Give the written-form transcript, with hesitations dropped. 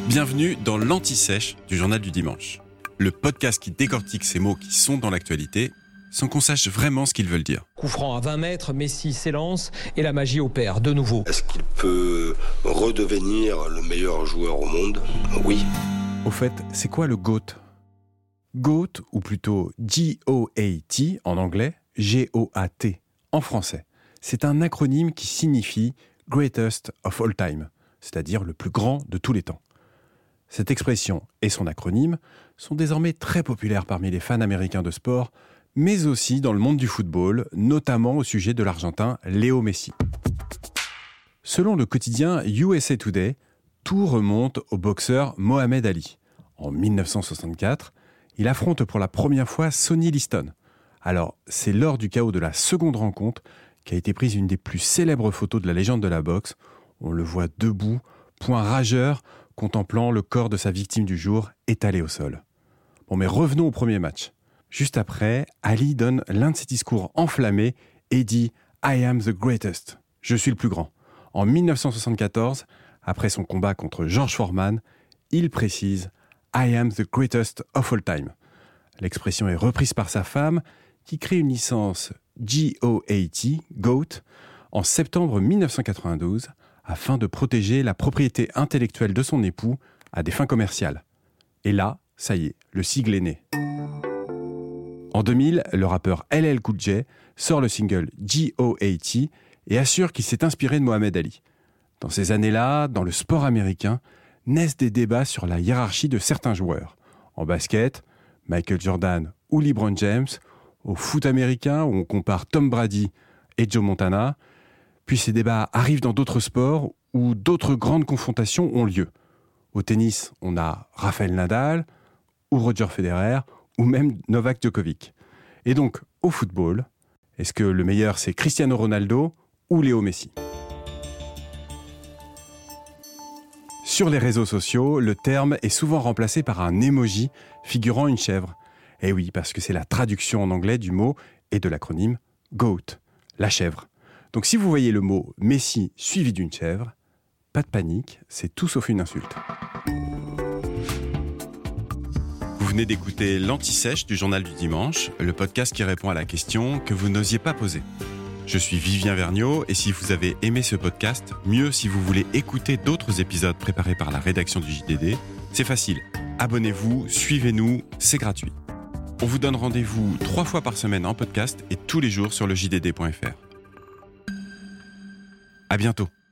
Bienvenue dans l'Anti-Sèche du Journal du Dimanche, le podcast qui décortique ces mots qui sont dans l'actualité sans qu'on sache vraiment ce qu'ils veulent dire. Coup franc à 20 mètres, Messi s'élance et la magie opère de nouveau. Est-ce qu'il peut redevenir le meilleur joueur au monde ? Oui. Au fait, c'est quoi le GOAT ? GOAT, ou plutôt G-O-A-T en anglais, G-O-A-T en français. C'est un acronyme qui signifie « Greatest of all time », c'est-à-dire le plus grand de tous les temps. Cette expression et son acronyme sont désormais très populaires parmi les fans américains de sport, mais aussi dans le monde du football, notamment au sujet de l'Argentin Léo Messi. Selon le quotidien USA Today, tout remonte au boxeur Mohamed Ali. En 1964, il affronte pour la première fois Sonny Liston. Alors, c'est lors du chaos de la seconde rencontre qu'a été prise une des plus célèbres photos de la légende de la boxe. On le voit debout, poing rageur, contemplant le corps de sa victime du jour étalé au sol. Bon, mais revenons au premier match. Juste après, Ali donne l'un de ses discours enflammés et dit « I am the greatest », je suis le plus grand. En 1974, après son combat contre George Foreman, il précise « I am the greatest of all time ». L'expression est reprise par sa femme, qui crée une licence G-O-A-T, GOAT, en septembre 1992, afin de protéger la propriété intellectuelle de son époux à des fins commerciales. Et là, ça y est, le sigle est né. En 2000, le rappeur LL Cool J sort le single G.O.A.T. et assure qu'il s'est inspiré de Mohamed Ali. Dans ces années-là, dans le sport américain, naissent des débats sur la hiérarchie de certains joueurs. En basket, Michael Jordan ou LeBron James, au foot américain où on compare Tom Brady et Joe Montana. Puis ces débats arrivent dans d'autres sports où d'autres grandes confrontations ont lieu. Au tennis, on a Rafael Nadal ou Roger Federer ou même Novak Djokovic. Et donc, au football, est-ce que le meilleur c'est Cristiano Ronaldo ou Léo Messi ? Sur les réseaux sociaux, le terme est souvent remplacé par un emoji figurant une chèvre. Et oui, parce que c'est la traduction en anglais du mot et de l'acronyme GOAT, la chèvre. Donc si vous voyez le mot Messi suivi d'une chèvre, pas de panique, c'est tout sauf une insulte. Vous venez d'écouter l'Anti-Sèche du Journal du Dimanche, le podcast qui répond à la question que vous n'osiez pas poser. Je suis Vivien Vergniaud et si vous avez aimé ce podcast, mieux si vous voulez écouter d'autres épisodes préparés par la rédaction du JDD, c'est facile. Abonnez-vous, suivez-nous, c'est gratuit. On vous donne rendez-vous 3 fois par semaine en podcast et tous les jours sur le JDD.fr. À bientôt.